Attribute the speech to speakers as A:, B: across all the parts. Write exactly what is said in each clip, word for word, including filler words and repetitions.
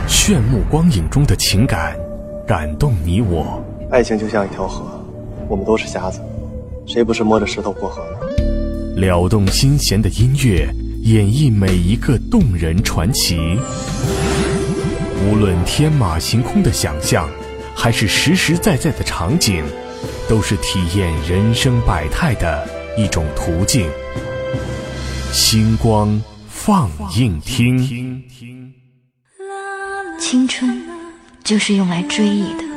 A: 炫目光影中的情感感动你我。
B: 爱情就像一条河，我们都是瞎子，谁不是摸着石头过河呢？
A: 撩动心弦的音乐，演绎每一个动人传奇。无论天马行空的想象，还是实实在在的场景，都是体验人生百态的一种途径。星光放映厅，
C: 青春就是用来追忆的。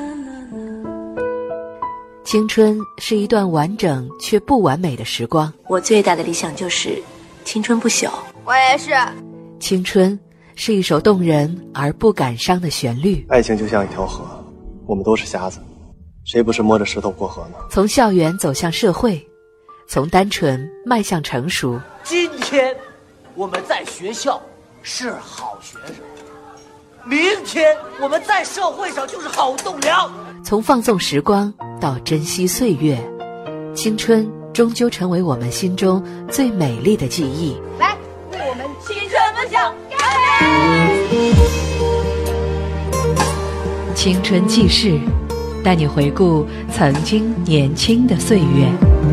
D: 青春是一段完整却不完美的时光。
E: 我最大的理想就是青春不朽。
F: 我也是。
D: 青春是一首动人而不感伤的旋律。
B: 爱情就像一条河，我们都是瞎子，谁不是摸着石头过河呢？
D: 从校园走向社会，从单纯迈向成熟。
G: 今天我们在学校是好学生，明天我们在社会上就是好栋梁。
D: 从放纵时光到珍惜岁月，青春终究成为我们心中最美丽的记忆。
F: 来，为我们青春梦想干
D: 杯！青春记事，带你回顾曾经年轻的岁月。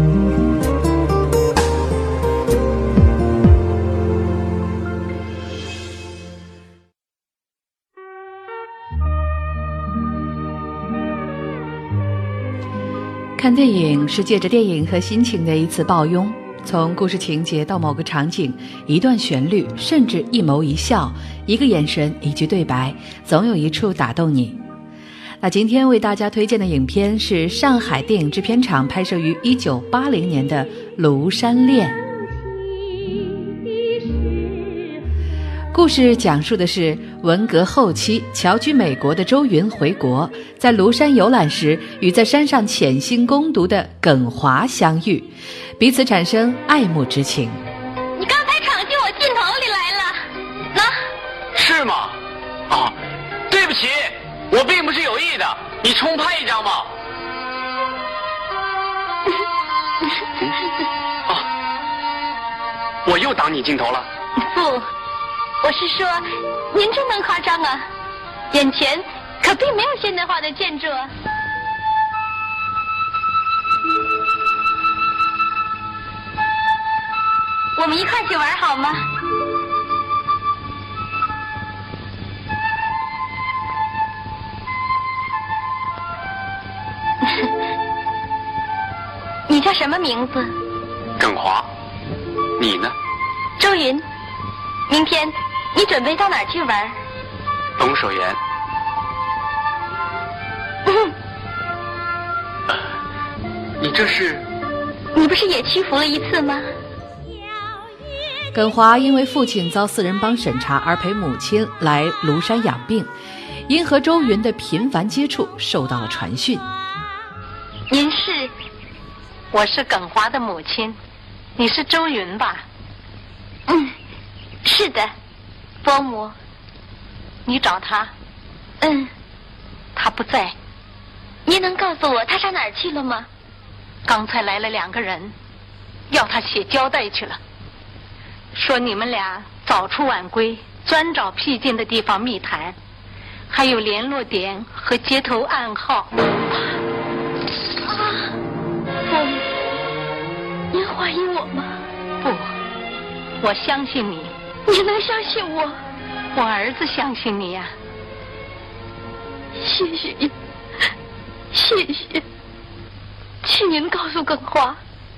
D: 看电影是借着电影和心情的一次抱拥，从故事情节到某个场景，一段旋律，甚至一眸一笑，一个眼神，一句对白，总有一处打动你。那今天为大家推荐的影片是上海电影制片厂拍摄于一九八零年的《庐山恋》。故事讲述的是文革后期侨居美国的周云回国，在庐山游览时与在山上潜心攻读的耿华相遇，彼此产生爱慕之情。
H: 你刚才闯进我镜头里来了，那
I: 是吗？啊，对不起，我并不是有意的，你重拍一张吧。啊，我又挡你镜头了。
H: 不，我是说，您真能夸张啊！眼前可并没有现代化的建筑啊。我们一块去玩好吗？你叫什么名字？
I: 耿华。你呢？
H: 周云。明天你准备到哪儿去玩？
I: 龙首岩。
H: 嗯。
I: 呃，你这是？
H: 你不是也屈服了一次吗？
D: 耿华因为父亲遭四人帮审查而陪母亲来庐山养病，因和周云的频繁接触受到了传讯。
H: 您是？我是耿华的母亲，你是周云吧？嗯，是的，伯母。你找他？嗯，他不在。您能告诉我他上哪儿去了吗？刚才来了两个人，要他写交代去了，说你们俩早出晚归，专找僻静的地方密谈，还有联络点和接头暗号。啊，伯母，您怀疑我吗？不，我相信你。你能相信我？我儿子相信你呀、啊。谢谢您，谢谢。请您告诉耿华，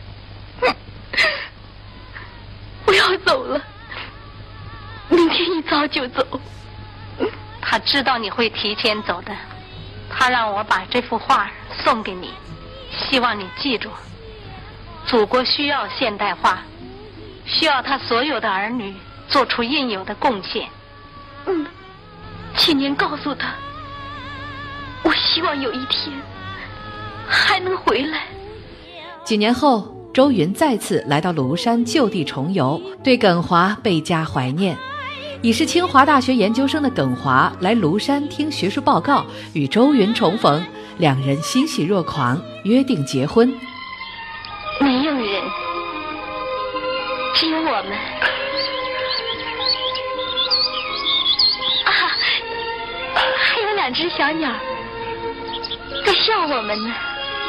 H: 我要走了，明天一早就走。他知道你会提前走的，他让我把这幅画送给你，希望你记住，祖国需要现代化，需要他所有的儿女做出应有的贡献。嗯，请您告诉他，我希望有一天还能回来。
D: 几年后，周云再次来到庐山就地重游，对耿华倍加怀念。已是清华大学研究生的耿华来庐山听学术报告，与周云重逢，两人欣喜若狂，约定结婚。
H: 没有人，只有我们。啊， 两只小鸟在笑我们呢。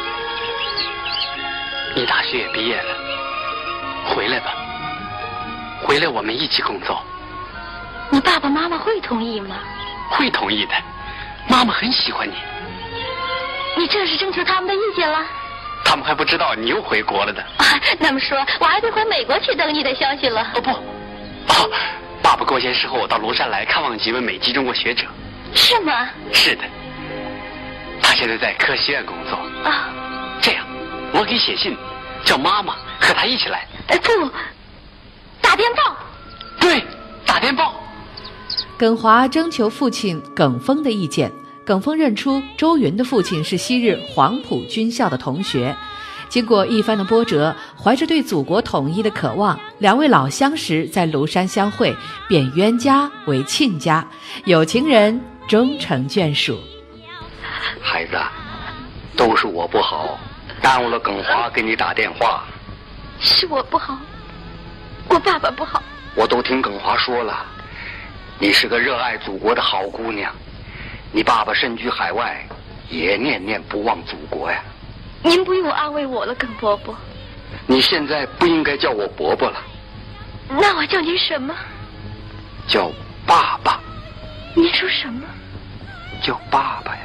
I: 你大学也毕业了，回来吧，回来我们一起工作。
H: 你爸爸妈妈会同意吗？
I: 会同意的，妈妈很喜欢你。
H: 你正式征求他们的意见了？
I: 他们还不知道你又回国了的。
H: 啊，那么说我还得回美国去等你的消息了。
I: 哦不，哦，爸爸过些时候我到庐山来看望几位美籍中国学者。
H: 是吗？
I: 是的，他现在在科学院工作。
H: 啊，
I: 这样，我给写信，叫妈妈和他一起来。
H: 呃，不，打电报。
I: 对，打电报。
D: 耿华征求父亲耿峰的意见。耿峰认出周云的父亲是昔日黄埔军校的同学。经过一番的波折，怀着对祖国统一的渴望，两位老相识在庐山相会，变冤家为亲家，有情人终成眷属。
J: 孩子，都是我不好，耽误了耿华给你打电话。
H: 是我不好，我爸爸不好。
J: 我都听耿华说了，你是个热爱祖国的好姑娘，你爸爸身居海外，也念念不忘祖国呀。
H: 您不用安慰我了，耿伯伯。
J: 你现在不应该叫我伯伯了。
H: 那我叫您什么？
J: 叫爸爸。
H: 您说什么？
J: 叫爸爸呀。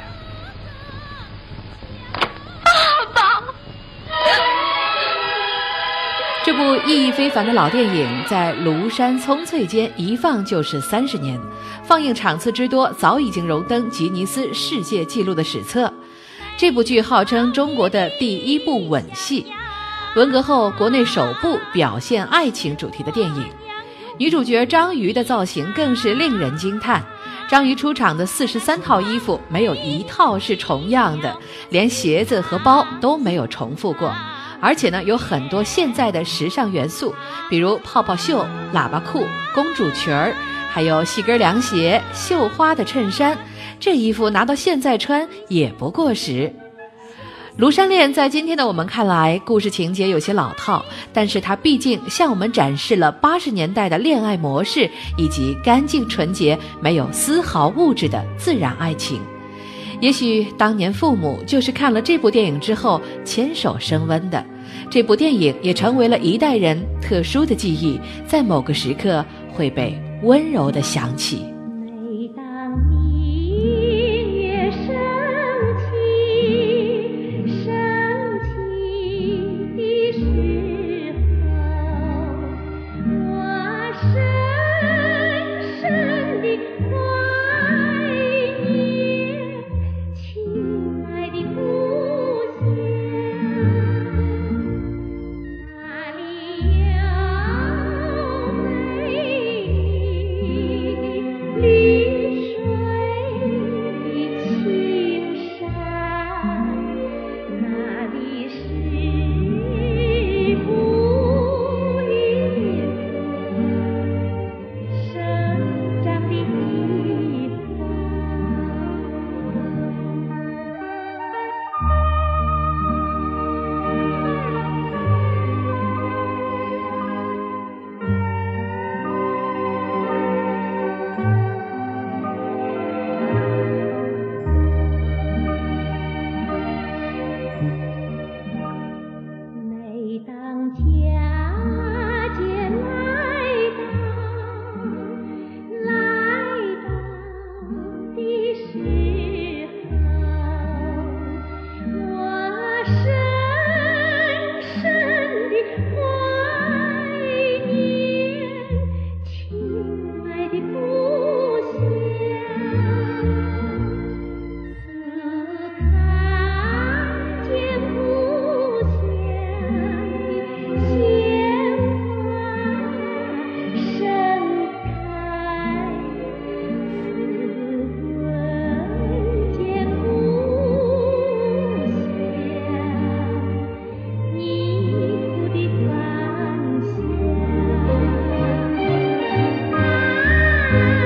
H: 爸爸。
D: 这部意义非凡的老电影在庐山葱翠间一放就是三十年，放映场次之多早已经荣登吉尼斯世界纪录的史册。这部剧号称中国的第一部吻戏，文革后国内首部表现爱情主题的电影。女主角张瑜的造型更是令人惊叹，张瑜出场的四十三套衣服没有一套是重样的，连鞋子和包都没有重复过。而且呢，有很多现在的时尚元素，比如泡泡袖、喇叭裤、公主裙儿，还有细跟凉鞋、绣花的衬衫，这衣服拿到现在穿也不过时。庐山恋在今天的我们看来，故事情节有些老套，但是它毕竟向我们展示了八十年代的恋爱模式，以及干净纯洁、没有丝毫物质的自然爱情。也许当年父母就是看了这部电影之后牵手升温的，这部电影也成为了一代人特殊的记忆，在某个时刻会被温柔地想起。
K: 每当明月升起升起的时候，我深深地怀念亲爱的故乡，那里有美丽的绿水青山，那里是不夜生长的地方。每当佳节来到来到的时候，我深深地怀念亲爱的故乡。似看见故乡的鲜花盛开，似闻见故乡依附的芳香。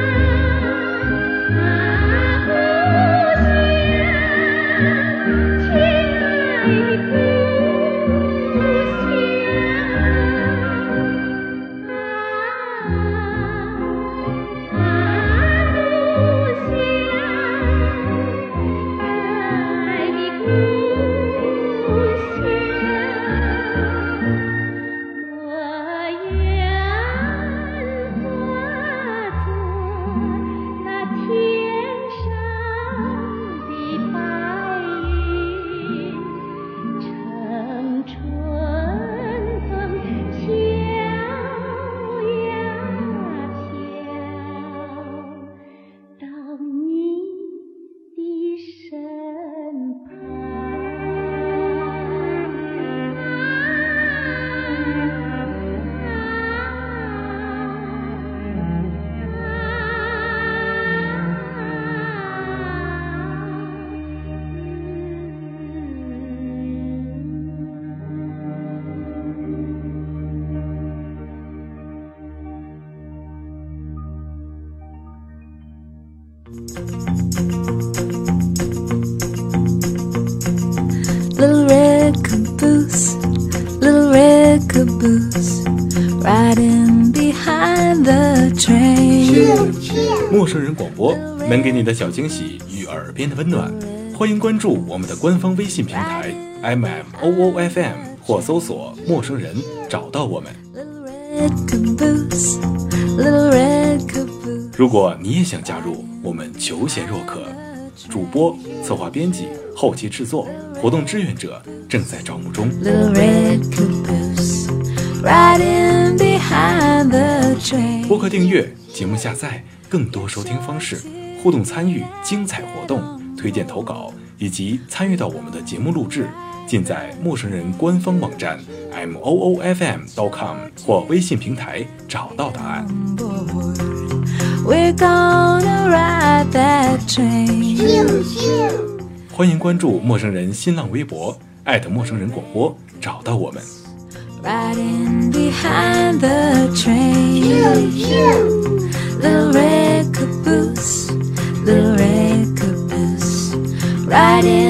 K: Little red caboose, little red caboose, riding behind the train.
L: 陌生人广播，能给你的小惊喜与耳边的温暖。欢迎关注我们的官方微信平台 M M O O F M 或搜索陌生人找到我们。如果你也想加入，我们求贤若渴，主播、策划编辑、后期制作、活动志愿者正在招募中。播客订阅、节目下载、更多收听方式、互动参与、精彩活动、推荐投稿以及参与到我们的节目录制，尽在陌生人官方网站 M O O F M dot com 或微信平台找到答案。
K: We're gonna ride that train.
L: 欢迎关注陌生人新浪微博艾特陌生人广播，找到我们。
K: Riding behind the train. Little red caboose, little red caboose, riding